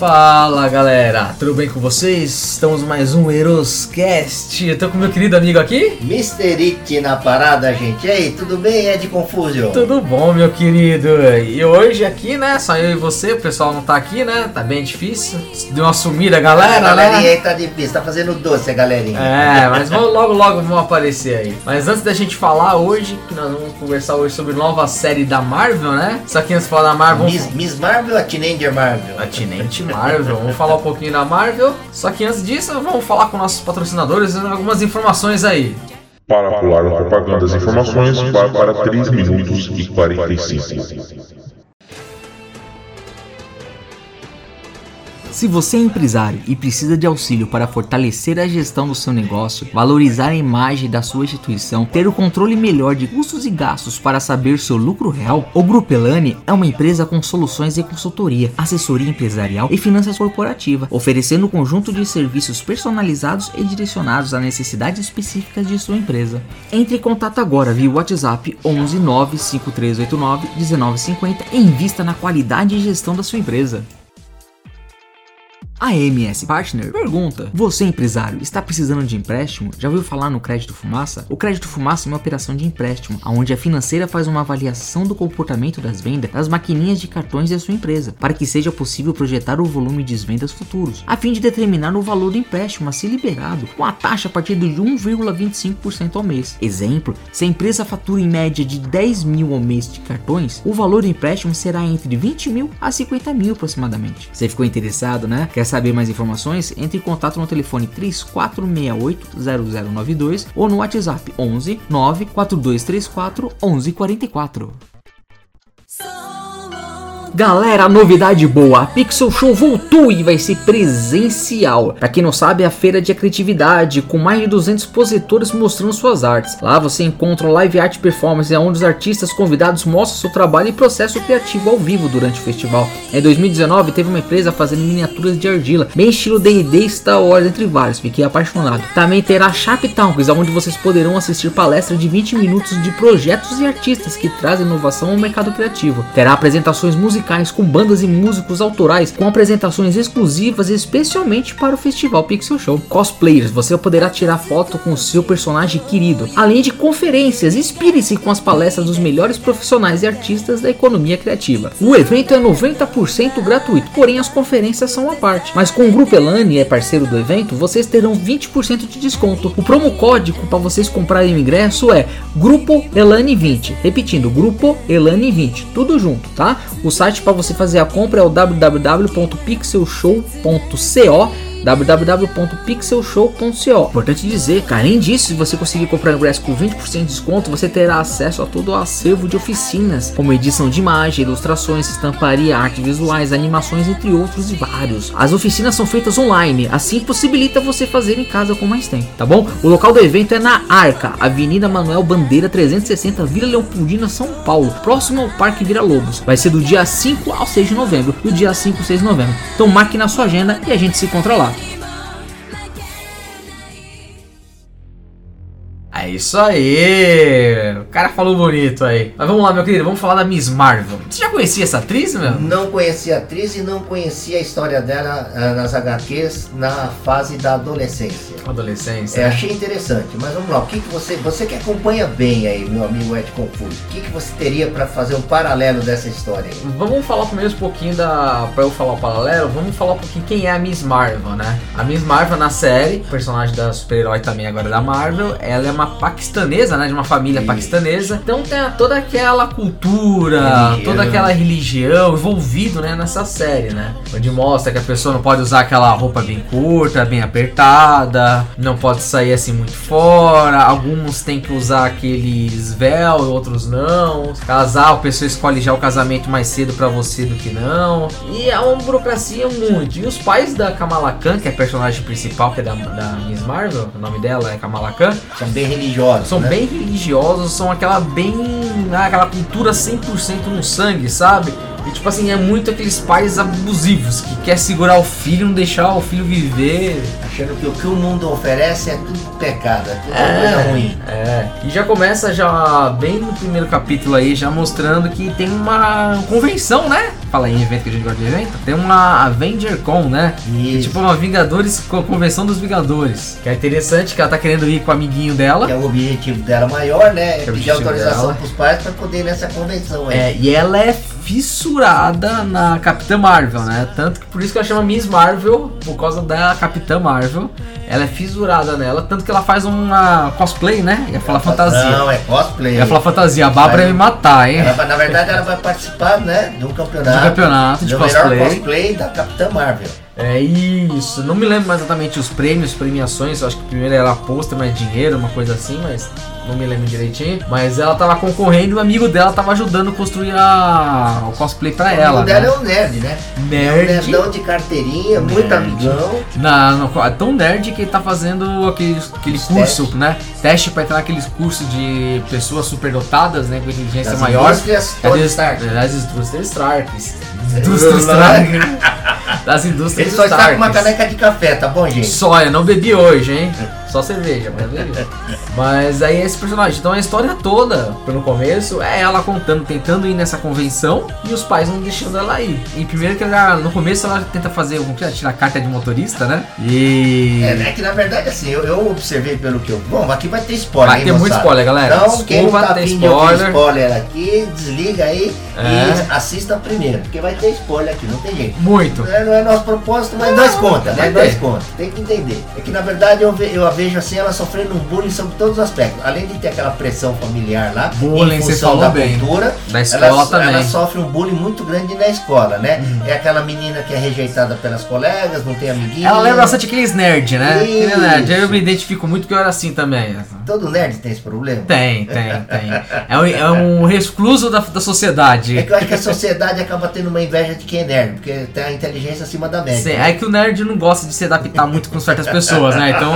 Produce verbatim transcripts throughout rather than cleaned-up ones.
Fala galera, tudo bem com vocês? Estamos mais um Eroscast. Eu tô com meu querido amigo aqui mister It na parada, gente. E aí, tudo bem, Ed Confúzio? Tudo bom, meu querido. E hoje aqui, né, só eu e você, o pessoal não tá aqui, né? Tá bem difícil. Deu uma sumida, galera, a galerinha né? aí tá difícil, tá fazendo doce a galerinha. É, mas vamos, logo logo vão aparecer aí. Mas antes da gente falar hoje, que nós vamos conversar hoje sobre nova série da Marvel, né? Só que antes de falar da Marvel... Miss, Miss Marvel ou a Teenager Marvel? A Tenente Marvel, vamos falar um pouquinho da Marvel. Só que antes disso, vamos falar com nossos patrocinadores algumas informações aí. Para pular a propaganda das informações, vá para três minutos e quarenta e cinco. Se você é empresário e precisa de auxílio para fortalecer a gestão do seu negócio, valorizar a imagem da sua instituição, ter o controle melhor de custos e gastos para saber seu lucro real, o Grupo Elane é uma empresa com soluções de consultoria, assessoria empresarial e finanças corporativas, oferecendo um conjunto de serviços personalizados e direcionados a necessidades específicas de sua empresa. Entre em contato agora via WhatsApp onze nove cinco três oito nove um nove cinco zero e invista na qualidade e gestão da sua empresa. A M S Partner pergunta: você empresário está precisando de empréstimo? Já ouviu falar no Crédito Fumaça? O Crédito Fumaça é uma operação de empréstimo, onde a financeira faz uma avaliação do comportamento das vendas das maquininhas de cartões da sua empresa, para que seja possível projetar o volume de vendas futuros, a fim de determinar o valor do empréstimo a ser liberado, com a taxa a partir de um vírgula vinte e cinco por cento ao mês. Exemplo: se a empresa fatura em média de dez mil ao mês de cartões, o valor do empréstimo será entre vinte mil a cinquenta mil aproximadamente. Você ficou interessado, né? Quer saber mais informações? Entre em contato no telefone três quatro seis oito zero zero nove dois ou no WhatsApp onze nove quatro dois três quatro onze quarenta e quatro. Galera, novidade boa, a Pixel Show voltou e vai ser presencial. Pra quem não sabe, é a feira de criatividade, com mais de duzentos expositores mostrando suas artes. Lá você encontra live art performance, onde os artistas convidados mostram seu trabalho e processo criativo ao vivo durante o festival. Em dois mil e dezenove teve uma empresa fazendo miniaturas de argila, bem estilo D e D, Star Wars, entre vários, fiquei apaixonado. Também terá Sharp Talks, onde vocês poderão assistir palestras de vinte minutos de projetos e artistas que trazem inovação ao mercado criativo. Terá apresentações musicais com bandas e músicos autorais, com apresentações exclusivas especialmente para o Festival Pixel Show. Cosplayers, você poderá tirar foto com o seu personagem querido, além de conferências. Inspire-se com as palestras dos melhores profissionais e artistas da economia criativa. O evento é noventa por cento gratuito, porém as conferências são à parte. Mas com o Grupo Elane, é parceiro do evento, vocês terão vinte por cento de desconto. O promo código para vocês comprarem o ingresso é Grupo Elane vinte. Repetindo, Grupo Elane vinte, tudo junto, tá? O site para você fazer a compra é o w w w ponto pixel show ponto co. w w w ponto pixel show ponto co. Importante dizer que além disso, se você conseguir comprar o ingresso com vinte por cento de desconto, você terá acesso a todo o acervo de oficinas, como edição de imagem, ilustrações, estamparia, artes visuais, animações, entre outros e vários. As oficinas são feitas online, assim possibilita você fazer em casa com mais tempo, tá bom? O local do evento é na Arca, Avenida Manuel Bandeira trezentos e sessenta, Vila Leopoldina, São Paulo, próximo ao Parque Vila Lobos. Vai ser do dia cinco ao seis de novembro, do dia cinco ao seis de novembro. Então marque na sua agenda e a gente se encontra lá. É isso aí, o cara falou bonito aí. Mas vamos lá, meu querido, vamos falar da Miss Marvel. Você já conhecia essa atriz, meu? Não conhecia a atriz e não conhecia a história dela uh, nas agá quês na fase da adolescência. Adolescência. É, achei interessante, mas vamos lá, o que, que você, você que acompanha bem aí, meu amigo Ed Confuso, o que, que você teria para fazer um paralelo dessa história aí? Vamos falar primeiro um pouquinho da... Pra eu falar o paralelo, vamos falar um pouquinho quem é a Miss Marvel, né? A Miss Marvel na série, personagem da super-herói também agora da Marvel, ela é uma paquistanesa, né, de uma família Isso. paquistanesa, então tem toda aquela cultura, religião. toda aquela religião envolvido, né, nessa série, né, onde mostra que a pessoa não pode usar aquela roupa bem curta, bem apertada, não pode sair assim muito fora, alguns tem que usar aqueles véu, outros não, casar, a pessoa escolhe já o casamento mais cedo pra você do que não, e é uma burocracia muito, e os pais da Kamala Khan, que é a personagem principal, que é da, da Miss Marvel, o nome dela é Kamala Khan, são bem religiosos, são né? bem religiosos, são aquela bem, né, aquela cultura cem por cento no sangue, sabe? E tipo assim, é muito aqueles pais abusivos que quer segurar o filho, não deixar o filho viver. Achando que o que o mundo oferece é tudo pecado, é tudo É, coisa ruim. É, e já começa já bem no primeiro capítulo aí, já mostrando que tem uma convenção, né? Fala aí, evento que a gente gosta de evento. Tem uma Avenger Con, né? Que é Isso. tipo uma Vingadores, convenção dos Vingadores. Que é interessante que ela tá querendo ir com o amiguinho dela. Que é o objetivo dela maior, né? É Que é o pedir objetivo autorização dela. pros pais pra poder ir nessa convenção aí. É, e ela é fissurada na Capitã Marvel, né? Tanto que por isso que ela chama Miss Marvel, por causa da Capitã Marvel. Ela é fissurada nela, tanto que ela faz uma cosplay, né? Ia falar fantasia. Não, é cosplay. Ia falar fantasia, a Bárbara ia me matar, hein? Ela vai- na verdade, ela vai participar, né, de um campeonato. De campeonato de do cosplay. melhor cosplay da Capitã Marvel. É isso, não me lembro mais exatamente os prêmios, premiações, eu acho que primeiro era aposta, mais dinheiro, uma coisa assim, mas não me lembro direitinho. Mas ela tava concorrendo e o amigo dela tava ajudando a construir a, o cosplay pra O ela. amigo dela né? é um nerd, né? Nerd. É um nerdão de carteirinha, muito Nerd. amigão. Na, no, é tão nerd que ele tá fazendo aquele, aquele Os curso, testes. né? Teste pra entrar naqueles cursos de pessoas superdotadas, né? Com inteligência Das maior. indústrias É Tony das- Stark. Das indústrias Stark. Indústrias Stark. Das indústrias Ele só está com uma Stark. caneca de café, tá bom, gente? Só, eu não bebi hoje, hein? Só cerveja, mas bebi. Mas aí esse personagem, então a história toda, pelo começo, é ela contando, tentando ir nessa convenção e os pais não deixando ela ir. E primeiro que ela, no começo ela tenta fazer, como que é? Tirar a carta de motorista, né? E... É, né, que na verdade assim, eu, eu observei pelo que eu... Bom, aqui vai ter spoiler, Vai hein, ter muito moçada? spoiler, galera. Então, Desculpa quem não tá ter afim de ouvir spoiler. spoiler aqui, desliga aí É. e assista primeiro, porque vai ter spoiler aqui, não tem jeito. Muito. Não é, não é nosso propósito, mas Não, nós conta, né? vai Nós ter. conta. Tem que entender. É que na verdade eu, ve, eu a vejo assim, ela sofrendo um bullying sobre todos os aspectos. Além de ter aquela pressão familiar lá, Bullying, em você função falou da bem. cultura, Na escola ela, também. ela sofre um bullying muito grande na escola, né? Uhum. É aquela menina que é rejeitada pelas colegas, não tem amiguinho. Ela lembra bastante aqueles nerd, né? Aquele Isso. nerd. Eu me identifico muito que eu era assim também. Todo nerd tem esse problema. Tem, tem, tem. É um, é um recluso da, da sociedade. É que eu acho que a sociedade acaba tendo uma inveja de quem é nerd, porque tem a inteligência acima da média. Sim, é que o nerd não gosta de se adaptar muito com certas pessoas, né? Então,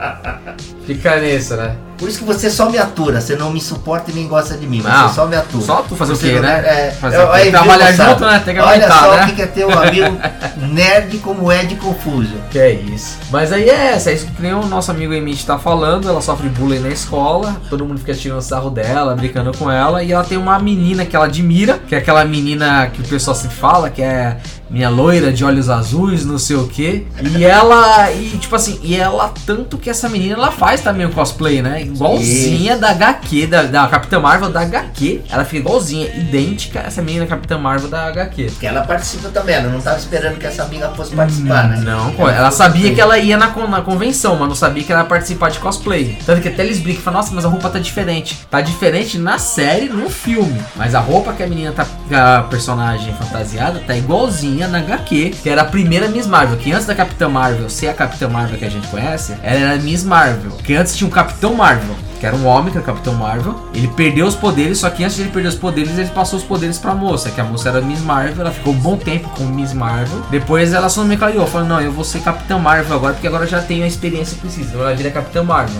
fica nisso, né? Por isso que você só me atura, você não me suporta e nem gosta de mim, Não, você só me atura. só tu fazer o Você quê, não- né? É, Fazer eu- o quê? aí, viu, Trabalhar moçada? junto, né? Tem que Olha aguentar, só né? o que que é ter um amigo nerd como é de confuso. Que é isso. Mas aí é essa, é isso que nem o nosso amigo Emit tá falando, ela sofre bullying na escola, todo mundo fica tirando sarro dela, brincando com ela, e ela tem uma menina que ela admira, que é aquela menina que o pessoal sempre fala, que é minha loira de olhos azuis, não sei o que. E ela, e tipo assim, e ela, tanto que essa menina, ela faz também o cosplay, né? Igualzinha da H Q, da, da Capitã Marvel da H Q. Ela fica igualzinha, idêntica a essa menina Capitã Marvel da H Q. Porque ela participa também, ela não tava esperando que essa amiga fosse participar, né? Não, pô, ela sabia que ela ia na, con- na convenção, mas não sabia que ela ia participar de cosplay. Tanto que até eles brincam e falam, nossa, mas a roupa tá diferente. Tá diferente na série, no filme. Mas a roupa que a menina tá, que a personagem fantasiada, tá igualzinha na H Q, que era a primeira Miss Marvel. Que antes da Capitã Marvel ser a Capitã Marvel que a gente conhece, ela era a Miss Marvel. Que antes tinha um Capitão Marvel, que era um homem, que era o Capitão Marvel. Ele perdeu os poderes, só que antes de ele perder os poderes, ele passou os poderes pra moça, que a moça era Miss Marvel. Ela ficou um bom tempo com Miss Marvel. Depois ela só me clareou, falou, não, eu vou ser Capitã Marvel agora, porque agora eu já tenho a experiência que precisa. Ela vira Capitã Marvel.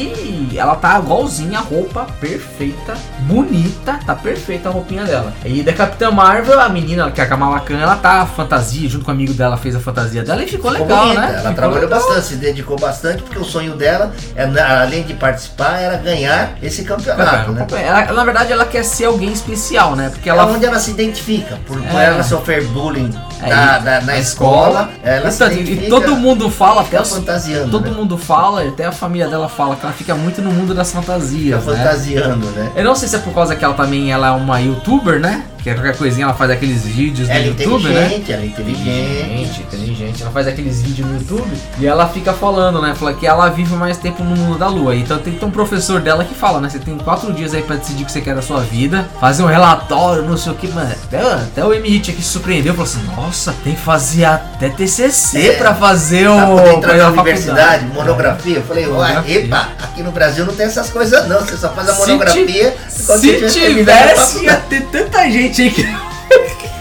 E ela tá igualzinha, a roupa perfeita, bonita, tá perfeita a roupinha dela. E da Capitã Marvel, a menina, que é a Kamala Khan, ela tá fantasia, junto com o amigo dela, fez a fantasia dela e ficou Ficou legal, bonita, né? Ela Ficou trabalhou legal. bastante, se dedicou bastante, porque o sonho dela, é, na- além de participar, era ganhar esse campeonato, né? Ela, na verdade, ela quer ser alguém especial, né? Porque Ela ela é onde ela se identifica, por, por É. ela sofrer bullying É, da- e- da- na na escola, ela e, se tanto- e identifica, todo mundo fala, até fica os- fantasiando, todo né? mundo fala, até a família dela fala que ela fica muito no mundo das Fica fantasias, né? fantasiando, né? Eu não sei se é por causa que ela também ela é uma youtuber, né? Que é qualquer coisinha ela faz aqueles vídeos no Ela é YouTube, né? inteligente, ela é inteligente. Inteligente, inteligente. Ela faz aqueles vídeos no YouTube e ela fica falando, né? Fala que ela vive mais tempo no mundo da lua. Então tem que ter um professor dela que fala, né? Você tem quatro dias aí pra decidir o que você quer da sua vida, fazer um relatório, não sei o que, mano. Até, até o M Hit aqui se surpreendeu, falou assim: nossa, tem que fazer até T C C É, pra fazer Pra o. poder entrar pra ir na na universidade, faculdade. monografia. Eu falei, uai, Monografia. epa, aqui no Brasil não tem essas coisas não. Você só faz a Se monografia ti- quando você Se tiver terminado a tivesse, ia faculdade. ter tanta gente aí que.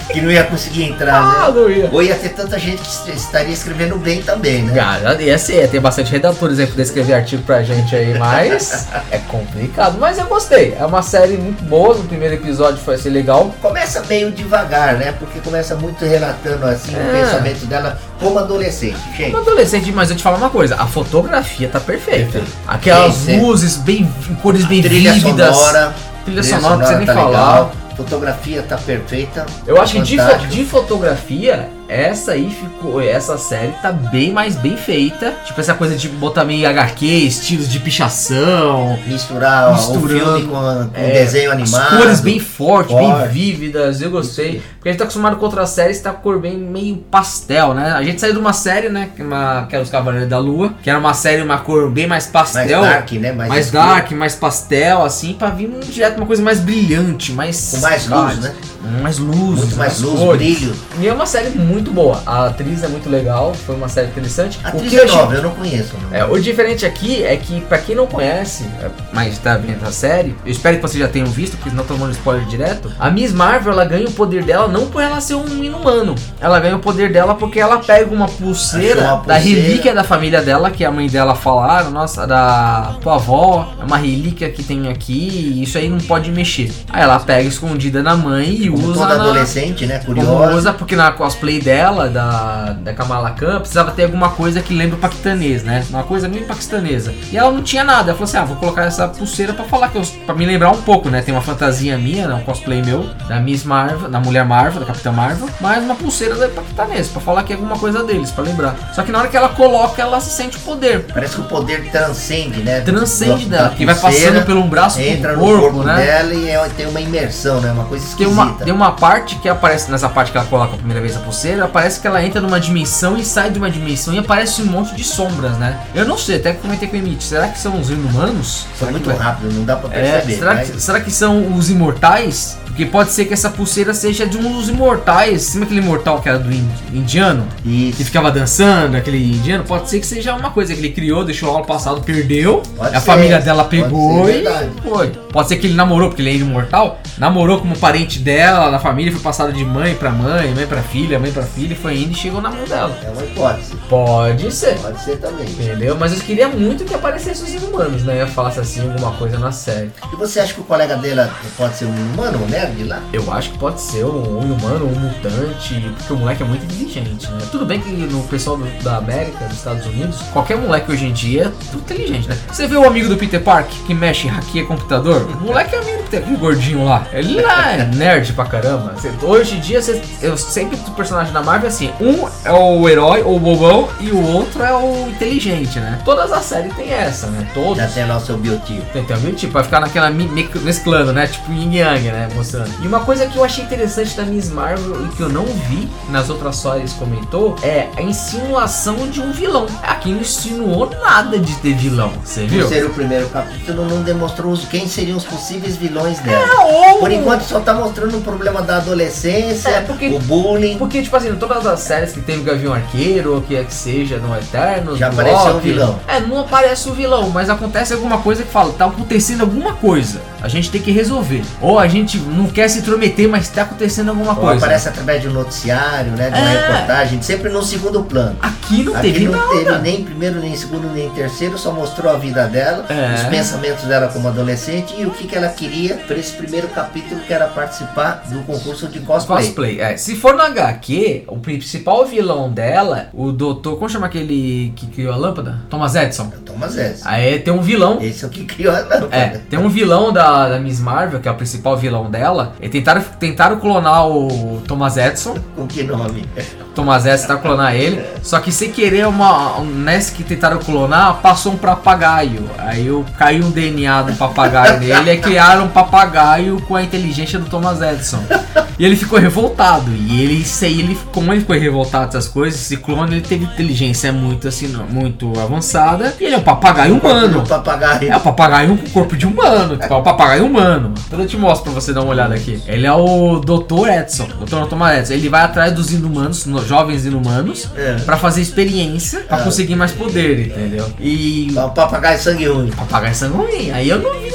que não ia conseguir entrar, Ah, né? não ia. Ou ia ter tanta gente que estaria escrevendo bem também, né? Cara, ia ser, tem bastante redatores aí pra poder escrever artigo pra gente aí, mas é complicado. Mas eu gostei, é uma série muito boa, no primeiro episódio foi assim legal. Começa meio devagar, né? Porque começa muito relatando assim É. o pensamento dela como adolescente, gente. Um adolescente, mas eu te falo uma coisa, a fotografia tá perfeita. Aquelas Sim, sim. luzes bem, cores bem Trilha vívidas. sonora, Trilha sonora, não precisa nem tá falar. legal. Fotografia tá perfeita. Eu acho que de, fo- fantástico. de fotografia, essa aí ficou. Essa série tá bem mais bem feita. Tipo, essa coisa de botar meio H Q, estilos de pichação. Misturar Misturando, o filme com, com é, desenho As animado. cores bem fortes, bem Forte. vívidas, eu gostei. Porque a gente tá acostumado com outras séries que tá com cor bem meio pastel, né? A gente saiu de uma série, né? Que, é uma, que era Os Cavaleiros da Lua, que era uma série, uma cor bem mais mais pastel. dark, né? Mais, mais escuro. dark, mais pastel, assim, pra vir um, direto uma coisa mais brilhante, mais. Com mais luz, né? Mais luz, Muito mais luz, cores. brilho. E é uma série muito boa. A atriz é muito legal, foi uma série interessante. A O atriz que é eu achei- nova, eu não conheço. Não. é, o diferente aqui é que, pra quem não conhece, é, mas tá vendo a série, eu espero que vocês já tenham visto, porque senão tô tomando spoiler direto. A Miss Marvel, ela ganha o poder dela não por ela ser um inumano. Ela ganha o poder dela porque ela pega uma pulseira, Achou uma da pulseira. relíquia da família dela, que a mãe dela falaram, nossa, da tua avó, é uma relíquia que tem aqui, e isso aí não pode mexer. Aí ela pega escondida na mãe e Como usa toda na... adolescente, né? Como Curiosa. usa, porque na cosplay dela, da, da Kamala Khan, precisava ter alguma coisa que lembra o paquistanês, né? Uma coisa meio paquistanesa. E ela não tinha nada. Ela falou assim: ah, vou colocar essa pulseira pra falar que eu, pra me lembrar um pouco, né? Tem uma fantasia minha, né? Um cosplay meu, da Miss Marvel, da Mulher Marvel, da Capitã Marvel, mas uma pulseira da paquistanesa, pra falar que é alguma coisa deles, pra lembrar. Só que na hora que ela coloca, ela se sente o poder. Parece que o poder transcende, né? Transcende Da- dela, da que vai pulseira, passando pelo um braço entra pro no corpo, corpo né? dela e é, tem uma imersão, né? Uma coisa Tem esquisita. uma, tem uma parte que aparece, nessa parte que ela coloca a primeira vez a pulseira, parece que ela entra numa dimensão e sai de uma dimensão e aparece um monte de sombras, né? Eu não sei, até que comentei com o Emit, será que são os inumanos? Foi Será muito que vai- rápido, não dá pra É, perceber. será, mas- que, será que são os imortais? Porque pode ser que essa pulseira seja de um dos imortais. Sabe aquele imortal que era do indi- indiano? Que Isso. ficava dançando, aquele indiano? Pode ser que seja uma coisa que ele criou, deixou lá no passado, perdeu. Pode a ser, família dela pode pegou ser, e verdade. foi. Pode ser que ele namorou, porque ele é imortal. Namorou como parente dela, da família, foi passado de mãe pra mãe, mãe pra filha, mãe pra filha, e foi indo e chegou na mão dela. É uma hipótese. Pode ser. Pode ser também. Entendeu? Mas eu queria muito que aparecessem os inumanos, né? Falasse assim alguma coisa na série. E você acha que o colega dela pode ser um humano, um nerd lá? Eu acho que pode ser um inumano, um mutante, porque o moleque é muito inteligente, né? Tudo bem que no pessoal do- da América, dos Estados Unidos, qualquer moleque hoje em dia é tudo inteligente, né? Você vê o amigo do Peter Parker que mexe e hackeia computador? O moleque é amigo do Peter, aquele gordinho lá. Ele lá é nerd pra caramba. Você- hoje em dia, você, eu sempre o personagem da Marvel é assim: um é o herói ou o bobão e o outro é o inteligente, né? Todas as séries tem essa, né? Todas. Já tem lá o seu biotipo. Tem, tem algum tipo, vai ficar naquela mi- me- mesclando, né? Tipo yin yang, né? Mostrando. E uma coisa que eu achei interessante da Miss Marvel e que eu não vi nas outras séries comentou é a insinuação de um vilão. Aqui não insinuou nada de ter vilão, você viu? Por ser o primeiro capítulo, não demonstrou os- quem seriam os possíveis vilões dela. Ou- Por enquanto só tá mostrando o problema da adolescência, É, porque- o bullying. Porque, tipo assim, todas as séries que tem o Gavião Arqueiro, ou que é que seja, no Eterno, Já apareceu o vilão. É, não aparece o vilão, mas acontece alguma coisa que fala, tá acontecendo alguma coisa. A gente tem que resolver. Ou a gente não quer se intrometer, mas tá acontecendo alguma Ou coisa. aparece através de um noticiário, né? De uma É. reportagem, sempre no segundo plano. Aqui não Aqui teve não nada. teve nem primeiro, nem segundo, nem terceiro, só mostrou a vida dela, É. os pensamentos dela como adolescente e o que, que ela queria para esse primeiro capítulo, que era participar do concurso de cosplay. Cosplay, é. Se for no H Q, o principal vilão dela, o doutor, como chama aquele que criou a lâmpada? Thomas Edison. Thomas Edison. Aí tem um vilão. Esse é o que criou a lâmpada. É, tem um vilão da, da Miss Marvel, que é o principal vilão dela. E tentaram, tentaram clonar o Thomas Edison. Com que nome? Thomas Edison tentaram clonar ele. Só que sem querer, uma, nessa que tentaram clonar, passou um papagaio. Aí eu, caiu um D N A do papagaio nele. E criaram um papagaio com a inteligência do Thomas Edison. E ele ficou revoltado. E ele, isso aí, ele, como ele ficou revoltado dessas coisas, esse clone ele teve inteligência muito, assim, muito avançada. E ele é um papagaio humano. O papagaio. É o papagaio com corpo de humano, tipo, é o papagaio humano. Então eu te mostro pra você dar uma olhada aqui. Ele é o doutor Edson, doutor Thomas Edson. Ele vai atrás dos inumanos, no- jovens inumanos, É. pra fazer experiência, pra É. conseguir mais poder, entendeu? E O papagaio sangue ruim. papagaio sangue ruim. Aí eu não vi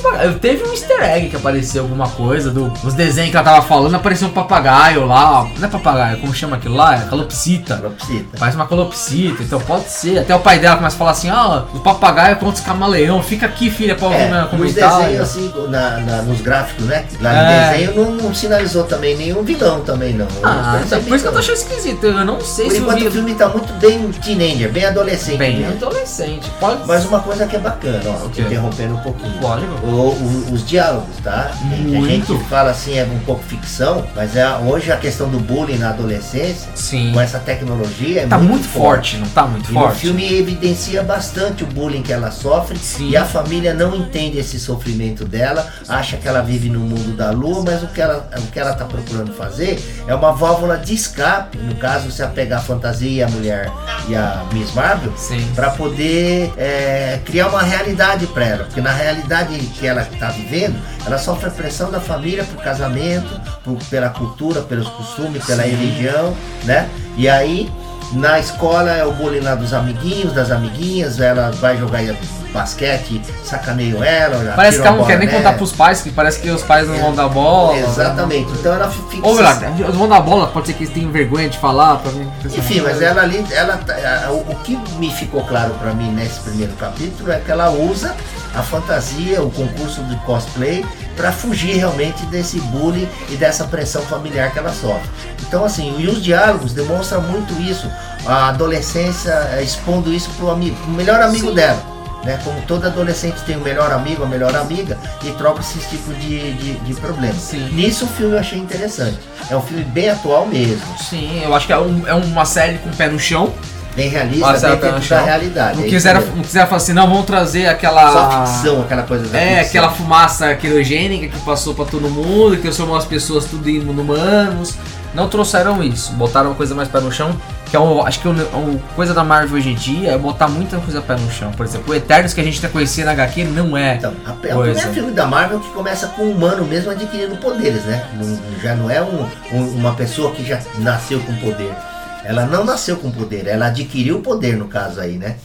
pra... Eu teve um easter egg que apareceu alguma coisa, do, os desenhos que ela tava falando, apareceu um papagaio lá, não é papagaio, como chama aquilo lá? É calopsita. Calopsita. Parece uma calopsita, então pode ser. Até o pai dela começa a falar assim, ó, oh, o papagaio contra os camaleão, fica aqui, filha, pra ouvir É, meu nos comentário. desenhos, assim, na, na- nos gráficos, né? Lá no É. desenho não, não sinalizou também nenhum vilão também, não. Ah, Não então, sei por isso que eu tô vilão. achando esquisito, eu não sei Por se o enquanto o vilão... filme tá muito bem teenager, bem adolescente Bem mesmo. adolescente, pode Mas uma coisa que é bacana, ó, O te quê? interrompendo um pouquinho. Lógico. O- o- os diálogos, tá? Tem- tem Muito. gente que fala assim, é um pouco ficção, mas é, hoje a questão do bullying na adolescência, Sim. com essa tecnologia, é Tá muito forte, não tá muito E no forte? filme evidencia bastante o bullying que ela sofre. Sim. E a família não entende esse sofrimento dela, acha que ela vive no mundo da lua, mas o que ela, o que ela tá procurando fazer é uma válvula de escape, no caso se apegar a fantasia e a mulher e a Miss Marvel, Sim. para poder é, criar uma realidade para ela, porque na realidade que ela está vivendo, ela sofre a pressão da família por casamento, por, pela cultura, pelos costumes, pela Sim. religião, né? E aí na escola é o bullying lá dos amiguinhos, das amiguinhas, ela vai jogar basquete, sacaneiam ela, Parece que ela não atiram a quer nem bola contar nela. pros pais, que parece que os pais não vão dar bola. Exatamente, então ela fica... Ou lá, eles vão dar bola, pode ser que eles tenham vergonha de falar pra mim. Enfim, mas ela ali, ela, tá- o o que me ficou claro pra mim nesse primeiro capítulo é que ela usa a fantasia, o concurso de cosplay, pra fugir realmente desse bullying e dessa pressão familiar que ela sofre. Então assim, e os diálogos demonstram muito isso, a adolescência eh, expondo isso pro amigo, pro melhor amigo Sim. dela. Né? Como todo adolescente tem o melhor amigo, a melhor amiga e troca esse tipo de, de, de problemas. Sim. Nisso o filme eu achei interessante. É um filme bem atual mesmo, Sim, eu acho que é, um- é uma série com o pé no chão. bem realista, Nossa, ela bem tá no dentro da chão. realidade. Não é quiseram, isso mesmo. não quiseram falar assim, não, vamos trazer aquela. Só ficção, aquela coisa da É, ficção. aquela fumaça querogênica que passou pra todo mundo, que transformou as pessoas tudo em humanos. Não trouxeram isso, botaram uma coisa mais pé no chão, que é um, acho que uma coisa da Marvel hoje em dia é botar muita coisa pé no chão. Por exemplo, o Eternos que a gente tá conhecendo na H Q não é. Então, a, é o coisa. primeiro filme da Marvel que começa com um humano mesmo adquirindo poderes, né? Não- já não é um- um- uma pessoa que já nasceu com poder. Ela não nasceu com poder, ela adquiriu poder no caso aí, né?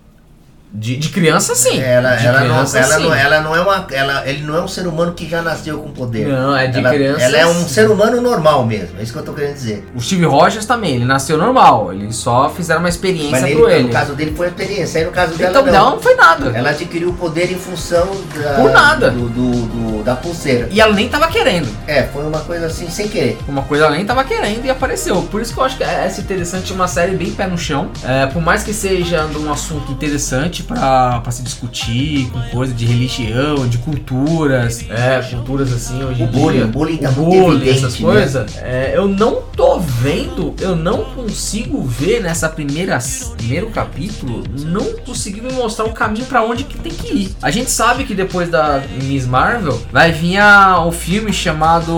De, de criança sim. Ela, de ela, criança, não, ela, sim. não, ela não é uma. Ela, ele não é um ser humano que já nasceu com poder. Não, é de ela, criança, Ela é um sim. ser humano normal mesmo, é isso que eu tô querendo dizer. O Steve Rogers também, ele nasceu normal, eles só fizeram uma experiência Mas pro nele, ele. no caso dele foi experiência, aí no caso dela Então não. não, não foi nada. Ela adquiriu o poder em função da, Por nada. Do, do- do- da pulseira. E ela nem tava querendo. É, foi uma coisa assim, sem querer. Uma coisa ela nem tava querendo e apareceu. Por isso que eu acho que é essa interessante, uma série bem pé no chão. É, por mais que seja um assunto interessante pra, pra se discutir, com coisa de religião, de culturas, é, culturas assim hoje O em bullying, dia. o bullying tá o muito bullying, evidente, essas né? coisas. É, eu não tô vendo, eu não consigo ver nessa primeira primeiro capítulo, não conseguiu me mostrar um caminho pra onde que tem que ir. A gente sabe que depois da Miss Marvel vai vir a, o filme chamado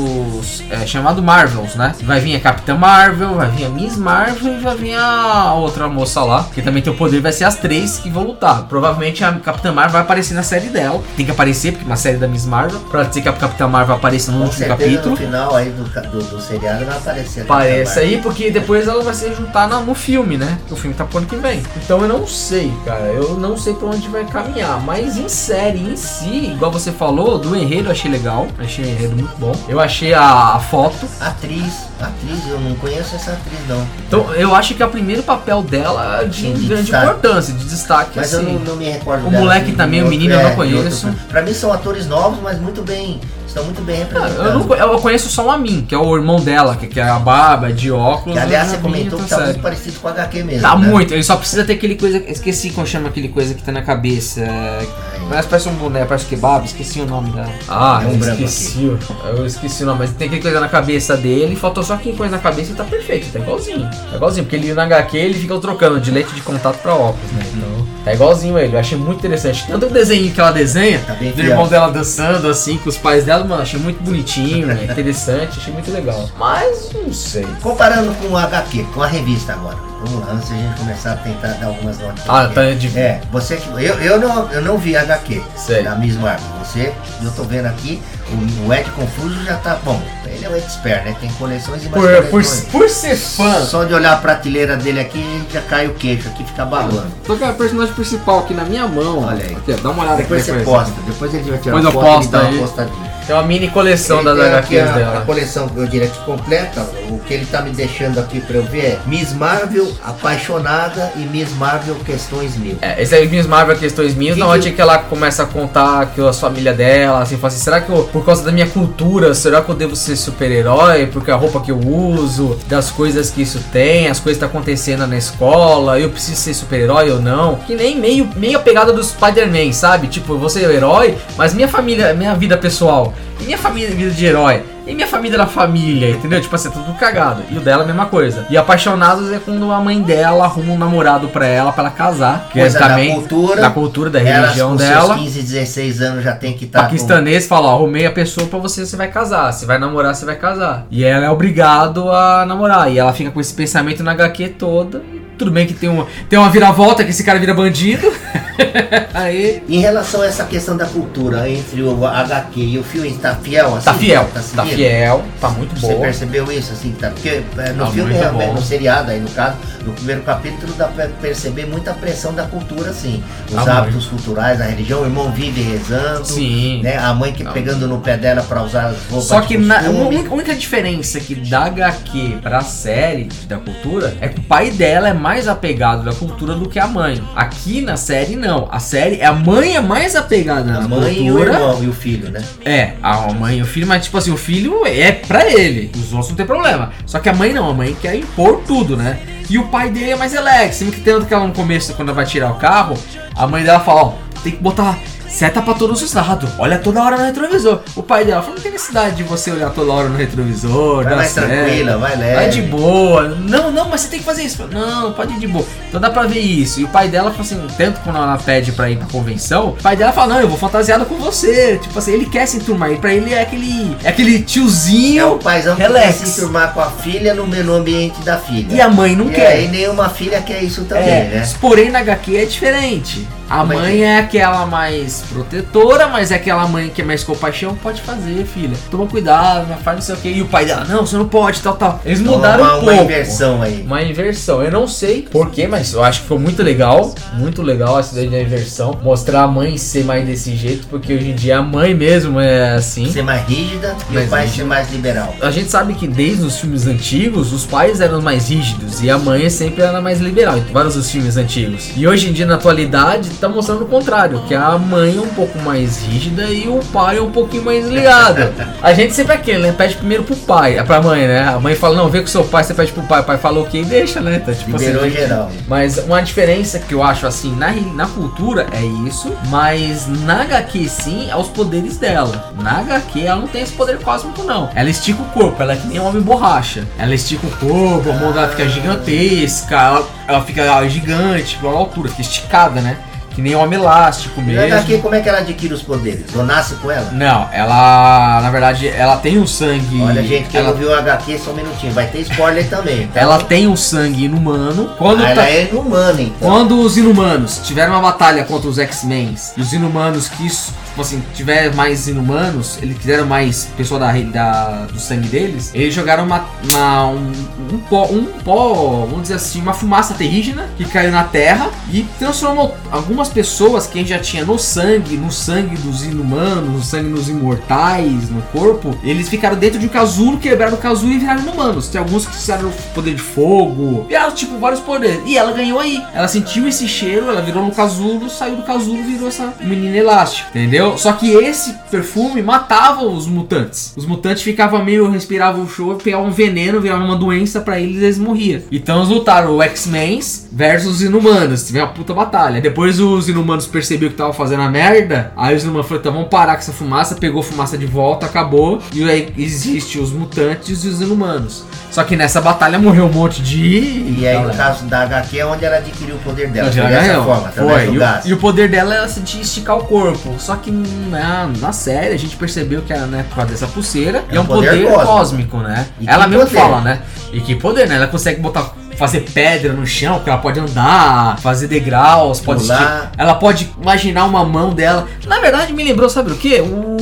é, chamado Marvels, né? Vai vir a Capitã Marvel, vai vir a Miss Marvel e vai vir a outra moça lá, que também tem o poder, vai ser as três que vão lutar. Provavelmente a Capitã Marvel vai aparecer na série dela. Tem que aparecer, porque é uma série da Miss Marvel, pra dizer que a Capitã Marvel apareça no Com último certeza capítulo. no final aí do, ca- do, do seriado vai aparecer. a Parece Capitã aí, porque depois ela vai se juntar na- no filme, né? O filme tá pro ano que vem. Então eu não sei, cara. Eu não sei pra onde vai caminhar. Mas em série, em si, igual você falou, do enredo eu achei legal. Achei o enredo muito bom. Eu achei a, a foto. Atriz, atriz, eu não conheço essa atriz não. Então eu acho que é o primeiro papel dela de, Sim, de grande destaque. importância, de destaque. Mas assim. eu não, não me recordo O dela, moleque de- também, de o outro- menino, eu não é, de conheço. outro- Pra mim são atores novos, mas muito bem, estão muito bem Ah, representados. eu, não, co- eu conheço só o Amin, que é o irmão dela, que, que é a barba, de óculos. Que aliás eu você já vi em comentou que outra tá muito série. parecido com o H Q mesmo. Tá né? muito, ele só precisa ter aquele coisa. Esqueci como chama aquele coisa que tá na cabeça. é, Mas parece um boneco, parece kebab, esqueci o nome da. Ah, É um eu branco esqueci. Eu esqueci o nome, mas tem aquele coisa na cabeça dele, faltou só quem coisa na cabeça e tá perfeito, tá igualzinho. Tá igualzinho, porque ele na H Q ele fica trocando de lente de contato pra óculos, né? Então, tá igualzinho ele, eu achei muito interessante. Tanto o desenho que ela desenha, Tá bem do fiel. irmão dela dançando assim com os pais dela, mano, achei muito bonitinho, é interessante, achei muito legal. Mas não sei. Comparando com o H Q, com a revista agora. Vamos lá, antes de a gente começar a tentar dar algumas notas. Ah, tá de. É, você que. Eu, eu, não, eu não vi H Q Sei. da Miss Marvel. você, eu tô vendo aqui, o, o Ed Confuso já tá, bom, ele é um expert, né? Tem coleções e mais Por, coleções. por, por ser fã. Só de olhar a prateleira dele aqui, a gente já cai o queixo, aqui fica babando. Tô com o personagem principal aqui na minha mão. Olha aí. Aqui, ó, dá uma olhada Depois aqui. você posta, depois ele vai tirar Depois eu foto e posto dar aí. uma postadinha. Tem uma mini coleção Ele das tem aqui H Qs a, dela. a coleção, eu diria que completa. O que ele tá me deixando aqui pra eu ver é Miss Marvel apaixonada e Miss Marvel questões mil. É, esse aí, Miss Marvel, questões minhas, Que na que hora eu- que ela começa a contar que a família dela, assim, fala assim, será que eu, por causa da minha cultura, será que eu devo ser super-herói? Porque a roupa que eu uso, das coisas que isso tem, as coisas que tá acontecendo na escola, eu preciso ser super-herói ou não? Que nem meio, meio a pegada do Spider-Man, sabe? Tipo, eu vou ser o herói, mas minha família, minha vida pessoal, e minha família, vida de herói, e minha família da família, entendeu? Tipo assim, tudo cagado. E o dela é a mesma coisa. E Apaixonados é quando a mãe dela arruma um namorado pra ela, pra ela casar. Que Coisa é da também cultura, da cultura, da Elas religião com dela. seus quinze, dezesseis anos já tem que estar Paquistanês fala, ó, arrumei a pessoa pra você, você vai casar. Se vai namorar, você vai casar. E ela é obrigado a namorar. E ela fica com esse pensamento na H Q toda. E tudo bem que tem uma, tem uma viravolta, que esse cara vira bandido. Aí... Em relação a essa questão da cultura entre o H Q e o filme, tá fiel assim? Tá fiel, Tá, tá seguindo? fiel, tá muito Você boa. percebeu isso, assim, tá? Porque é, no Tá filme, muito realmente, bom. no seriado aí, no caso, no primeiro capítulo, dá pra perceber muita pressão da cultura, assim. Os Tá hábitos culturais, a religião, o irmão vive rezando, Sim. né? A mãe que Não. pegando no pé dela pra usar as roupas Só de que na, costume. a única- a única diferença que da H Q pra série da cultura é que o pai dela é mais apegado da cultura do que a mãe. Aqui na série não. A série, a mãe é mais apegada A na mãe e o cultura. irmão e o filho, né? É, a mãe e o filho, mas tipo assim, o filho é pra ele. Os outros não tem problema. Só que a mãe não, a mãe quer impor tudo, né? E o pai dele é mais relax. Sempre que tem que ela no começo, quando ela vai tirar o carro, a mãe dela fala, ó, tem que botar seta pra todos os lados. Olha toda hora no retrovisor. O pai dela fala, não tem necessidade de você olhar toda hora no retrovisor. Vai dá mais certo. tranquila, vai leve. Vai de boa. Não, não, mas você tem que fazer isso. Não, pode ir de boa. Então dá pra ver isso. E o pai dela fala assim, tanto quando ela pede pra ir pra convenção, o pai dela fala, não, eu vou fantasiado com você. Tipo assim, ele quer se enturmar. E pra ele é aquele, é aquele tiozinho. É o paizão que relax. quer se turmar com a filha no, no ambiente da filha. E a mãe não e quer. aí nenhuma filha quer isso também, É, né? porém na H Q é diferente. A Como é mãe que é aquela mais protetora, mas é aquela mãe que é mais compaixão. Pode fazer, filha. Toma cuidado, não faz não sei o que. E o pai dela, não, você não pode, tal, tal. Eles Então, mudaram uma, um uma pouco. inversão aí. Uma inversão. Eu não sei porquê, mas eu acho que ficou muito legal. Muito legal essa ideia da inversão. Mostrar a mãe ser mais desse jeito, porque hoje em dia a mãe mesmo é assim. Ser mais rígida e Mais o pai rígida. ser mais liberal. A gente sabe que desde os filmes antigos, os pais eram mais rígidos e a mãe sempre era mais liberal, em vários dos filmes antigos. E hoje em dia, na atualidade, tá mostrando o contrário, que a mãe é um pouco mais rígida e o pai é um pouquinho mais ligado. A gente sempre é aquele, né? Pede primeiro pro pai, é pra mãe, né? A mãe fala, não, vê com seu pai, você pede pro pai, o pai fala ok, deixa, né? Tá, tipo Liberou assim, geral. mas uma diferença que eu acho assim, na, na cultura é isso, mas na H Q sim, é os poderes dela. Na H Q ela não tem esse poder cósmico não. Ela estica o corpo, ela é que nem um homem borracha. Ela estica o corpo, a mão dela fica gigantesca, ela, ela fica gigante, pela altura, fica esticada, né? Que nem um homem elástico E mesmo. na H Q, como é que ela adquire os poderes? Ou nasce com ela? Não, ela, na verdade, ela tem um sangue... Olha, gente, quem ela, não viu o H Q, só um minutinho. Vai ter spoiler também. Tá? ela tem um sangue inumano. Quando Ah, tá... ela é inumana, então. Quando os inumanos tiveram uma batalha contra os X-Men, e os inumanos quis, tipo assim, tiver mais inumanos, eles quiseram mais pessoa da, da, do sangue deles, eles jogaram uma, uma- um, um pó, um pó, vamos dizer assim, uma fumaça terrígena que caiu na terra e transformou algumas pessoas que a gente já tinha no sangue, no sangue dos inumanos, no sangue dos imortais, no corpo, eles ficaram dentro de um casulo, quebraram o casulo e viraram inumanos. Tem alguns que fizeram poder de fogo, viraram tipo vários poderes. E ela ganhou aí. Ela sentiu esse cheiro, ela virou no casulo, saiu do casulo, virou essa menina elástica, entendeu? Só que esse perfume matava os mutantes. Os mutantes ficavam meio, respiravam o show, pegavam um veneno, viravam uma doença pra eles e eles morriam. Então eles lutaram o X-Men versus os inumanos. Tiveram uma puta batalha. Depois os inumanos perceberam que tava fazendo a merda. Aí os inumanos falaram, então vamos parar com essa fumaça. Pegou a fumaça de volta, acabou. E aí existe os mutantes e os inumanos. Só que nessa batalha morreu um monte de... E aí, no galera. caso da H Q, é onde ela adquiriu o poder dela. Ela Foi já dessa ganhou. forma, através Foi. do E o, gás. e o poder dela é ela sentir esticar o corpo. Só que na, na série a gente percebeu que ela, né, por causa dessa pulseira, é, é um poder, poder cósmico, cósmico, né? E ela mesmo poder. fala, né? E que poder, né? Ela consegue botar... fazer pedra no chão, porque ela pode andar, fazer degraus, pode esticar, ela pode imaginar uma mão dela. Na verdade, me lembrou, sabe o que?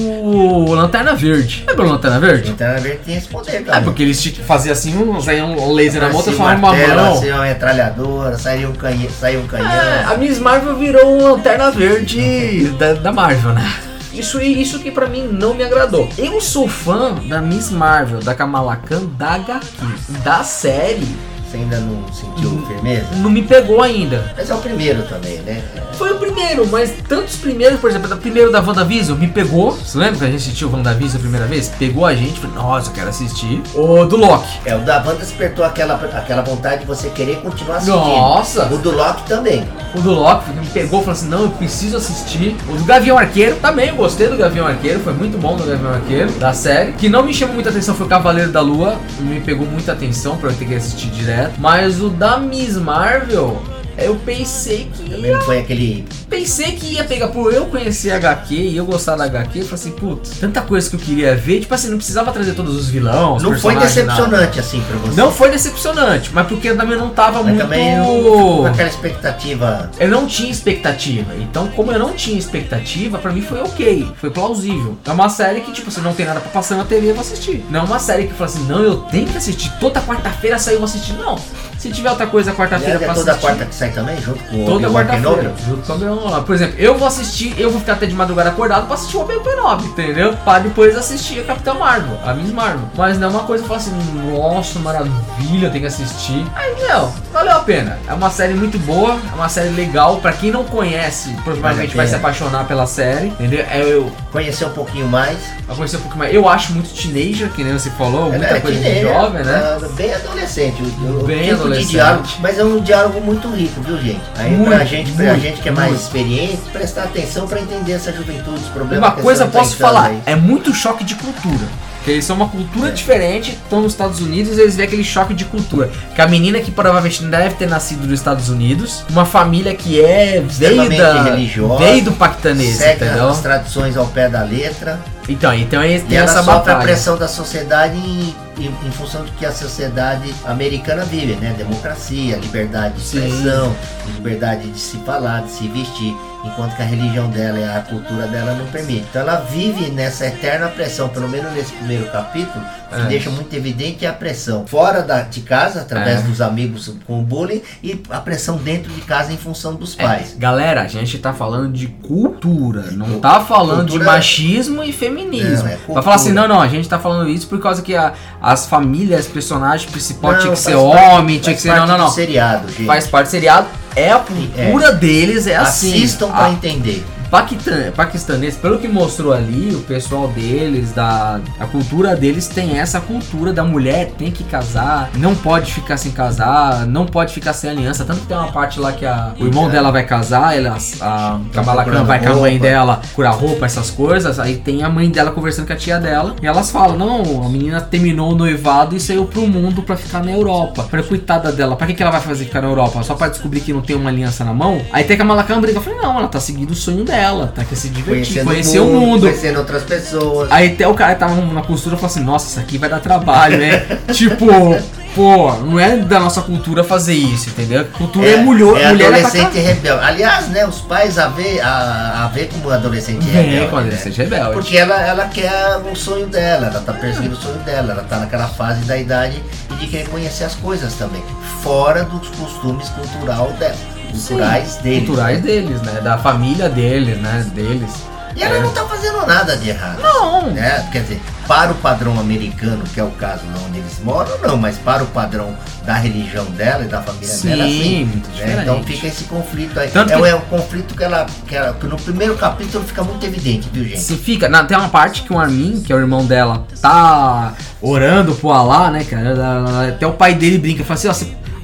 O Lanterna Verde. Lembra o Lanterna Verde? Lanterna Verde tem esse poder também. É, porque eles faziam assim, um, saía um laser na moto e formava uma mão. Sairia uma metralhadora, sairia um canhão. Sairia um canhão. É, a Miss Marvel virou um Lanterna Verde da, da Marvel, né? Isso, isso que pra mim não me agradou. Eu sou fã da Miss Marvel, da Kamala Khan, da H Q, da série. Você ainda não sentiu firmeza? Não me pegou ainda. Mas é o primeiro também, né? Foi o primeiro, mas tantos primeiros, por exemplo, o primeiro da WandaVision me pegou. Você lembra que a gente assistiu o WandaVision a primeira vez? Pegou a gente, falei, nossa, eu quero assistir. O do Loki. É, o da Wanda despertou aquela, aquela vontade de você querer continuar assistindo. Nossa! O do Loki também. O do Loki me pegou, falou assim, não, eu preciso assistir. O do Gavião Arqueiro também, eu gostei do Gavião Arqueiro, foi muito bom do Gavião Arqueiro, da série. Que não me chamou muita atenção foi o Cavaleiro da Lua, me pegou muita atenção pra eu ter que assistir direto. Mas o da Miss Marvel, eu pensei que também ia... foi aquele... Pensei que ia pegar, por eu conhecer a H Q e eu gostar da H Q, eu falei assim, putz, tanta coisa que eu queria ver, tipo assim, não precisava trazer todos os vilões. Não foi decepcionante, nada. assim, pra você. Não foi decepcionante, mas porque eu também não tava mas muito... também eu, com aquela expectativa... Eu não tinha expectativa, então como eu não tinha expectativa, pra mim foi ok, foi plausível. É uma série que, tipo, se não tem nada pra passar na T V, eu vou assistir. Não é uma série que fala assim, não, eu tenho que assistir, toda quarta-feira saiu, eu vou assistir, não. Se tiver outra coisa quarta-feira pra assistir... toda quarta que sai também, junto com o Toda quarta-feira, junto com o Obi-Wan. Por exemplo, eu vou assistir, eu vou ficar até de madrugada acordado pra assistir o Obi-Wan Kenobi, entendeu? Pra depois assistir a Capitã Marvel, a Miss Marvel. Mas não é uma coisa que eu falo assim, nossa, maravilha, eu tenho que assistir. Aí, meu, valeu a pena. É uma série muito boa, é uma série legal. Pra quem não conhece, provavelmente vai se apaixonar pela série, entendeu? É, eu... Conhecer um pouquinho mais. Eu conhecer um pouquinho mais. Eu acho muito teenager, que nem você falou, muita é, coisa de jovem, né? É, bem adolescente. O, o bem tipo adolescente. De diálogo, mas é um diálogo muito rico, viu, gente? Aí muito, pra gente, pra muito, gente que é mais muito. experiente, prestar atenção pra entender essa juventude, os problemas. Uma coisa eu tá posso falar, aí. é muito choque de cultura. Porque eles são uma cultura é. diferente, estão nos Estados Unidos e eles veem aquele choque de cultura. Que a menina que provavelmente não deve ter nascido nos Estados Unidos, uma família que é veio da religiosa, veio do paquistanês, segue entendeu? As tradições ao pé da letra. Então, então tem e ela essa sofre batalha. a pressão da sociedade em, em, em função do que a sociedade americana vive, né? Democracia, liberdade de expressão, Sim. liberdade de se falar, de se vestir. Enquanto que a religião dela e a cultura dela não permite. Então ela vive nessa eterna pressão, pelo menos nesse primeiro capítulo, que é. deixa muito evidente a pressão fora da, de casa, através é. dos amigos com o bullying, e a pressão dentro de casa em função dos pais. É. Galera, a gente tá falando de cultura, não tá falando cultura... de machismo e feminismo. Não, é vai falar assim, não, não, a gente tá falando isso por causa que a, as famílias, os personagens principais tinha que ser homem, tinha que ser... Não, não, não. Seriado, gente. Faz parte do seriado. É a cultura é. deles, é assim. Assistam pra a, entender. Paquistan, paquistanês, pelo que mostrou ali, o pessoal deles, da, a cultura deles tem essa cultura da mulher tem que casar, não pode ficar sem casar, não pode ficar sem aliança. Tanto que tem uma parte lá que a, o irmão é. dela vai casar, ela, a Kamala Khan vai com a mãe dela curar roupa, essas coisas. Aí tem a mãe dela conversando com a tia dela e elas falam: não, a menina terminou o noivado e saiu pro mundo pra ficar na Europa. Falei, coitada dela, pra que, que ela vai fazer ficar na Europa? Só pra descobrir que não tem uma aliança na mão? Aí tem a Kamala Khan briga. Eu falei, não, ela tá seguindo o sonho dela. Ela tá quer se divertir, conhecer o mundo, mundo, conhecendo outras pessoas. Aí até o cara tava na costura e falou assim: nossa, isso aqui vai dar trabalho, né? Tipo, pô, não é da nossa cultura fazer isso, entendeu? Cultura é, é mulher, é mulher adolescente é rebelde. Aliás, né, os pais a ver, a, a ver como adolescente é rebelde. É, como adolescente né? rebelde. Porque ela, ela quer o sonho dela, ela tá perseguindo o sonho dela, ela tá naquela fase da idade e de querer conhecer as coisas também, fora dos costumes cultural dela. Culturais Sim, deles. Culturais deles, né? Da família deles, né? Deles. E ela é. não tá fazendo nada de errado. Não. Né? Quer dizer, para o padrão americano, que é o caso onde eles moram, não, mas para o padrão da religião dela e da família sim, dela, sim. Muito né? Então fica esse conflito aí. Tanto é, que... é um conflito que ela, que ela. Que no primeiro capítulo fica muito evidente, viu, gente? Sim, fica. Na, tem uma parte que o Armin, que é o irmão dela, tá orando pro Alá, né, cara? Até o pai dele brinca, fala assim, ó, você...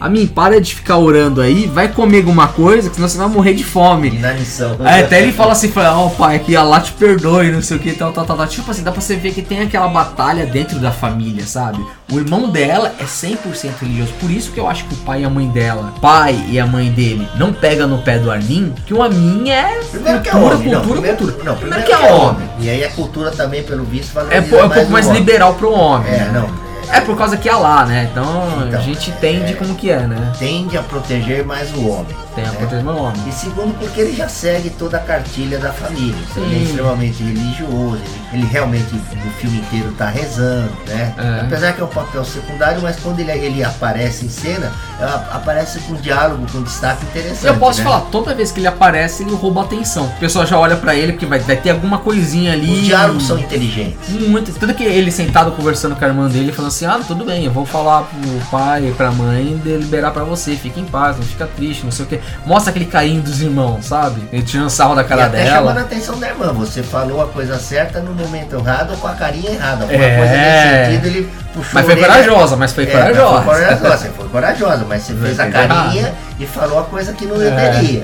a mim, para de ficar orando aí, vai comer alguma coisa, que senão você vai morrer de fome. Na missão. Aí até ele fala assim, ó, oh, pai, que Allah te perdoe, não sei o que, tal, tal, tal, tal. Tipo assim, dá pra você ver que tem aquela batalha dentro da família, sabe? O irmão dela é cem por cento religioso, por isso que eu acho que o pai e a mãe dela, pai e a mãe dele, não pega no pé do Armin, que o Armin é primeiro que é cultura, homem, cultura, não, primeiro, cultura. Não, primeiro, Primeiro que, que é, é homem. homem. E aí a cultura também, pelo visto, valoriza É, pô, é um pouco o mais homem. liberal pro homem. É, né? não. É por causa que é lá, né? Então, Então, a gente entende é, como que é, né? Tende a proteger mais o homem. Tem a né? proteger o homem. E segundo, porque ele já segue toda a cartilha da família. Então, ele é Sim. extremamente religioso, ele, ele realmente no filme inteiro tá rezando, né? É. Apesar que é um papel secundário, mas quando ele, ele aparece em cena, ela aparece com um diálogo, com um destaque interessante. Eu posso né? falar, toda vez que ele aparece, ele rouba a atenção. O pessoal já olha pra ele, porque vai, vai ter alguma coisinha ali. Os diálogos são inteligentes. Muito. Tudo que ele sentado conversando com a irmã dele, falando assim, ah, tudo bem, eu vou falar pro pai e pra mãe de liberar pra você, fica em paz, não fica triste, não sei o que. Mostra aquele carinho dos irmãos, sabe? Ele tirando sarro da cara e até chamando a dela. atenção da irmã, você falou a coisa certa no momento errado ou com a carinha errada. Alguma É. coisa nesse sentido, ele puxou Mas foi a orelha. corajosa, mas foi É, corajosa. Foi corajosa, você foi corajosa, mas você Não fez a fez carinha errado. e falou a coisa que não É. deveria.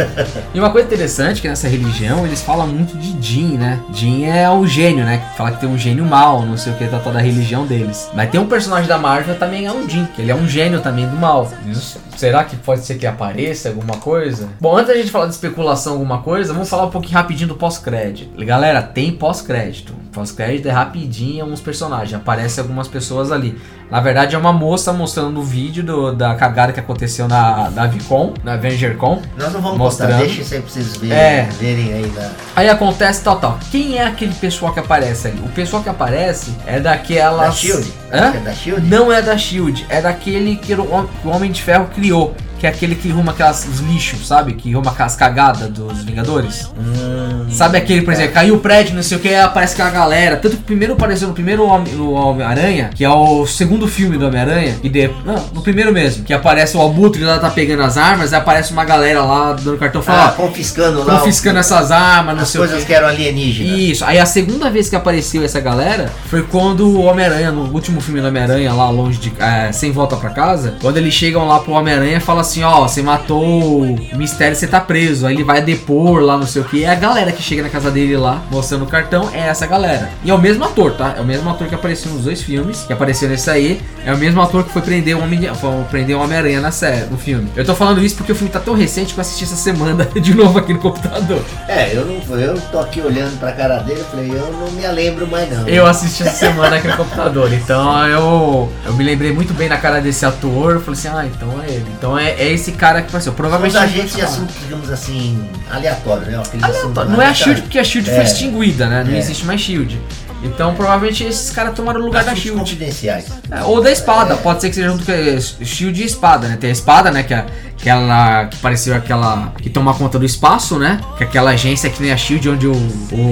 E uma coisa interessante é que nessa religião eles falam muito de Jin, né? Jin é o gênio, né? Que fala que tem um gênio mal, não sei o que, tá toda a religião deles. Mas tem um personagem da Marvel também é um Jin, que ele é um gênio também do mal. Isso, será que pode ser que apareça alguma coisa? Bom, antes da gente falar de especulação alguma coisa, vamos falar um pouquinho rapidinho do pós-crédito. Galera, tem pós-crédito. Pós-crédito é rapidinho uns personagens, aparecem algumas pessoas ali. Na verdade é uma moça mostrando o vídeo do, da cagada que aconteceu na, na Vicon, na AvengerCon. Nós não vamos Mostrando. mostrar, deixa isso aí pra vocês verem, É. verem aí na... Aí acontece tal, tal. Quem é aquele pessoal que aparece ali? O pessoal que aparece é daquelas... Da Shield? Hã? É da Shield? Não é da Shield, é daquele que o Hom- o Homem de Ferro criou. Que é aquele que arruma aquelas, os lixos, sabe? Que arruma aquelas cagadas dos Vingadores. Hum, Sabe aquele, por exemplo, caiu o prédio, não sei o que, aparece aquela galera. Tanto que primeiro apareceu no primeiro Homem- no Homem-Aranha, que é o segundo filme do Homem-Aranha. E de, não, no primeiro mesmo. Que aparece o Abutre lá, tá pegando as armas, aí aparece uma galera lá dando cartão Ah, fala, confiscando lá confiscando essas armas, não as sei o coisas que. que eram alienígenas. Isso, aí a segunda vez que apareceu essa galera foi quando o Homem-Aranha, no último filme do Homem-Aranha, lá longe de. É, sem volta pra casa, quando eles chegam lá pro Homem-Aranha e falam assim: ó, você matou o Mistério, você tá preso. Aí ele vai depor lá, não sei o que. É a galera que chega na casa dele lá, mostrando o cartão, é essa galera. E é o mesmo ator, tá? É o mesmo ator que apareceu nos dois filmes, que apareceu nesse aí. É o mesmo ator que foi prender o Homem- foi prender o Homem-Aranha na série, no filme. Eu tô falando isso porque o filme tá tão recente que eu assisti essa semana de novo aqui no computador. É, eu não eu tô aqui olhando pra cara dele e falei, eu não me lembro mais não. Eu assisti essa semana aqui no computador, então eu, eu me lembrei muito bem na cara desse ator. Eu falei assim, ah, então é ele. Então é, é esse cara que apareceu. São Provavelmente. os agentes de assunto, digamos assim, aleatório, né? Aqueles assuntos Aleatório. Não é a aleatórios. Shield porque a Shield foi É. extinguida, né? Não É. existe mais Shield. Então provavelmente esses caras tomaram o lugar da Assuntos Shield. confidenciais. É, ou da espada, É. pode ser que seja junto com a Shield e espada, né? Tem a espada, né? Que é aquela que pareceu aquela que toma conta do espaço, né? Que é aquela agência que nem a Shield, onde o,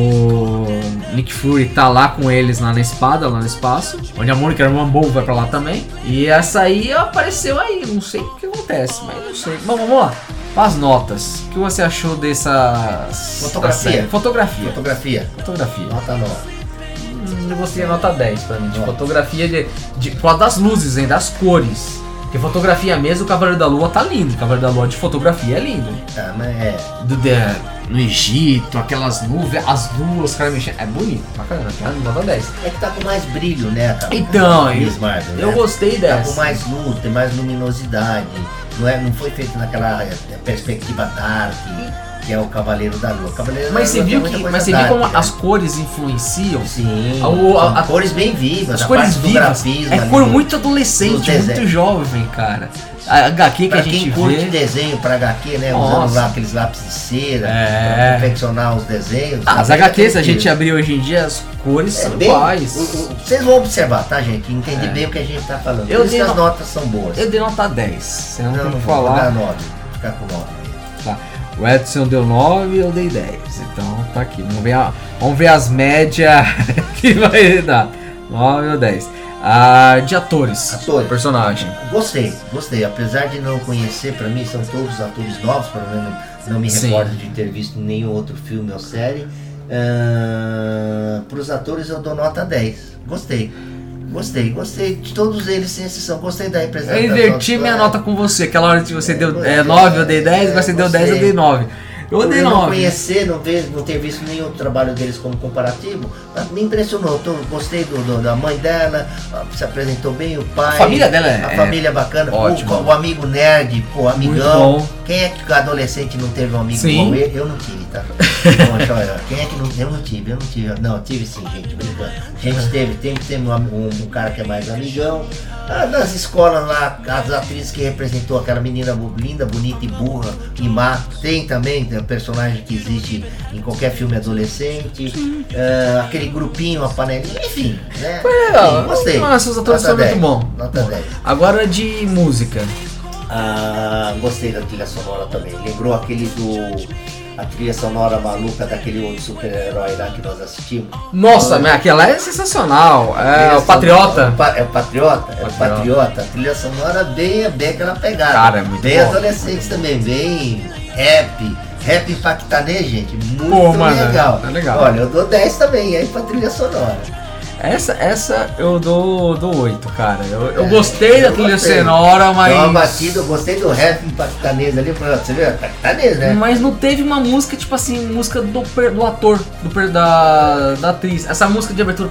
o Nick Fury tá lá com eles lá na espada, lá no espaço. Onde a Mônica Rambeau vai pra lá também. E essa aí apareceu aí, não sei o que acontece, mas não sei. Bom, vamos lá. As notas. O que você achou dessas. Fotografia. da série? Fotografia. Fotografia. Fotografia. Nota nove. Hum, eu gostei da nota dez pra mim. De Nota. fotografia de, de. Por causa das luzes, hein? Das cores. Porque fotografia mesmo, o Cavaleiro da Lua tá lindo. O Cavaleiro da Lua de fotografia é lindo. Tá, mas é. Do, de, no Egito, aquelas nuvens, as luas, os caras mexendo. É bonito pra caramba. Tá? Nota dez. É que tá com mais brilho, né? Tá, Então, a eu, Miss Marvel, né? eu gostei Tá dessa. com mais luz, tem mais luminosidade. Não, é, não foi feito naquela é, perspectiva dark, que é o Cavaleiro da Lua. Cavaleiro Mas da você Lua viu tem que, muita mas você coisa viu como dark, né? as cores influenciam? Sim, A- a- são a- cores bem vivas, As a cores parte do vivas. grafismo É ali cor do- muito dos adolescente, muito desenhos. jovem, cara. A H Q que Pra a gente quem curte vê. desenho pra H Q, né? Nossa. Usando lá aqueles lápis de cera É. pra confeccionar os desenhos. Ah, as também H Qs, é a gente aquele- abriu hoje em dia, as cores é são bem- iguais. o- o- Vocês vão observar, tá, gente? Entender É. bem o que a gente tá falando. Eu Por isso dei que as no- notas são boas. Eu dei nota dez. Você não, não, tem não que vou falar. dar nove. Vou ficar com nove. Tá. O Edson deu nove e eu dei dez. Então tá aqui. Vamos ver, a, vamos ver as médias que vai dar. nove ou dez. Ah, de atores. Atores. Personagem. Gostei, gostei. Apesar de não conhecer, pra mim são todos atores novos, pelo menos não me Sim. recordo de ter visto nenhum outro filme ou série. Uh, Para os atores eu dou nota dez. Gostei. Gostei, gostei de todos eles sem exceção. Gostei da Eu representação. inverti minha nota com você. Aquela hora que você deu é, nove, eu dei dez, você deu dez, eu dei nove. Eu Por dei eu não nove. conhecer, não, ver, não ter visto nenhum trabalho deles como comparativo, me impressionou. Tô, gostei do, do- da mãe dela, se apresentou bem, o pai. A família dela é- A família bacana. ótimo. O, o amigo nerd, pô, Muito amigão. bom. Quem é que adolescente não teve um amigo Sim. como ele? Eu não tive, tá? Poxa, olha, quem é que não. Eu não tive, eu não tive. Não, tive sim, gente, brincando. A gente teve, tem que ter um, um, um cara que é mais amigão. Ah, nas escolas lá, as atrizes que representou aquela menina bu- linda, bonita e burra, e má, tem também, tem um personagem que existe em qualquer filme adolescente, ah, aquele grupinho, a panelinha, enfim, né? Foi legal. Enfim, gostei. Nossa, os atores Nota foram muito dez, bons. Nota dez. Agora de música. Ah, gostei da trilha sonora também. Lembrou aquele do. A trilha sonora maluca daquele outro super-herói lá que nós assistimos. Nossa, mas aquela é sensacional. É Trilha o Patriota. sonora- pa- É o Patriota? É o Patriota. Patriota. A trilha sonora bem, bem aquela pegada. Cara, é muito bem bom. adolescentes também, bem rap. Rap paquistanês, gente. Muito Pô, mano, legal. é legal. Olha, eu dou dez também aí pra trilha sonora. Essa, essa eu dou, dou oito, cara. Eu, eu É, gostei da eu trilha gostei. sonora, mas. Dá uma batida, eu gostei do rap paquistanês ali. Você viu? Paquistanês, né? Mas não teve uma música, tipo assim, música do, per- do ator, do per- da, da atriz. Essa música de abertura.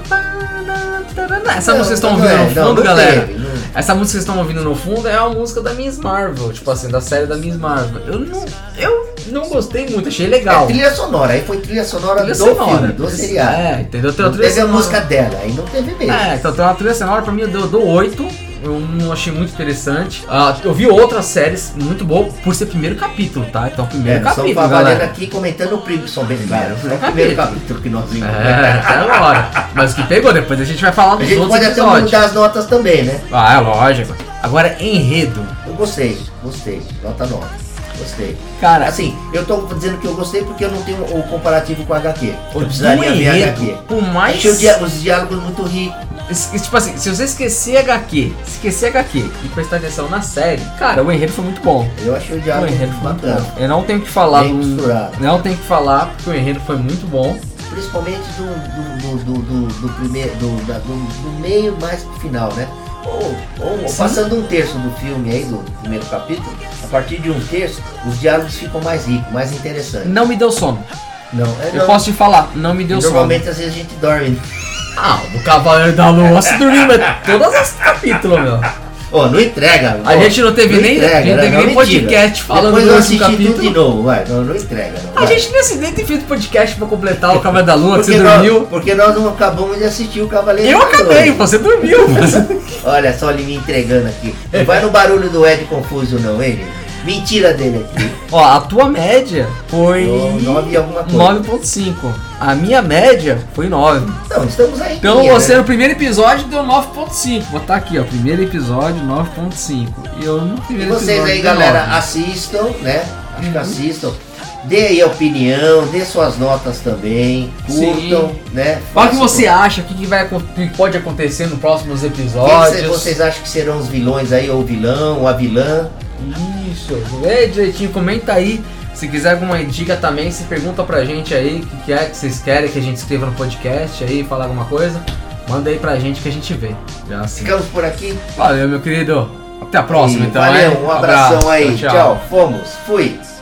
Essa Não, música que vocês estão não ouvindo é, no não, fundo, não galera. teve, não- Essa música que vocês estão ouvindo no fundo é a música da Miss Marvel, tipo assim, da série da Miss Marvel. Eu não, eu não gostei muito, achei legal. É trilha sonora, aí foi trilha sonora Trilha do sonora, filme, do seriado. É, entendeu? Tem Não uma trilha teve a sonora. música dela, aí não teve mesmo. É, então tem uma trilha sonora pra mim, eu dou, eu dou oito. Eu não achei muito interessante. Ah, eu vi outras séries muito boas por ser primeiro capítulo, tá? Então, primeiro É, nós estamos capítulo, trabalhando galera. aqui comentando o primo São bem claro. Foi o capítulo. primeiro capítulo que nós vimos. É, até agora. Mas o que pegou, depois a gente vai falar A dos gente outros pode até episódios. mudar as notas também, né? Ah, é lógico. Agora, enredo. Eu gostei, gostei. Nota nove. Gostei. Cara, Assim, eu tô dizendo que eu gostei porque eu não tenho o comparativo com o H Q. o Eu precisaria do ver H Q. enredo, por mais... Achei o dia- os diálogos muito ricos. Es- Tipo assim, se você esquecer H Q, esquecer H Q e prestar atenção na série, cara, o enredo foi muito bom. Eu achei o O diálogo enredo muito foi muito bacana. bom. Eu não tenho que falar Bem do... costurado. Não tenho que falar porque o enredo foi muito bom. Principalmente do, do, do, do, do, do primeiro, do, da- do, do meio mais pro final, né? Ou, ou, ou Sim. passando um terço do filme aí, do primeiro capítulo, a partir de um terço, os diálogos ficam mais ricos, mais interessantes. Não me deu sono. Não, é Eu não. posso te falar, não me deu sono. Normalmente às vezes a gente dorme. Ah, do Cavaleiro da Lua se dormiu todos os capítulos, meu. Ô, não entrega. A ô, gente não teve nem, entrega, a gente né? teve Não, nem mentira. podcast falando Depois do eu último assisti tudo de capítulo. novo, vai. Não, não entrega, não. A vai. gente nem, nem tem feito podcast pra completar o Cavaleiro da Lua, que você Porque nós, dormiu. porque nós não acabamos de assistir o Cavaleiro Eu da acabei, Lua. você dormiu. Olha só ele me entregando aqui. Não vai no barulho do Ed Confuso não, ele. Mentira dele aqui. Ó, a tua média foi nove e alguma coisa. nove ponto cinco. A minha média foi nove. Não, estamos aí. Então né? você no primeiro episódio deu nove ponto cinco. Vou botar aqui, ó. Primeiro episódio, nove ponto cinco. E eu no E primeiro vocês episódio. aí, dei galera, nove. assistam, né? Acho Uhum. que assistam. Dê aí a opinião, dê suas notas também. Curtam, Sim. né? Fala o que Façam- você acha, o que, que vai, acon- que pode acontecer nos próximos Quem episódios. cê- vocês acham que serão os vilões aí, ou o vilão, ou a vilã? Isso, vê direitinho, comenta aí. Se quiser alguma dica também, se pergunta pra gente aí o que, que é que vocês querem que a gente escreva no podcast aí, falar alguma coisa. Manda aí pra gente que a gente vê. Já assim. Ficamos por aqui. Valeu, meu querido. Até a próxima, E então. valeu, hein? um abração Abraço. aí. Tchau, Tchau. Fomos. Fui.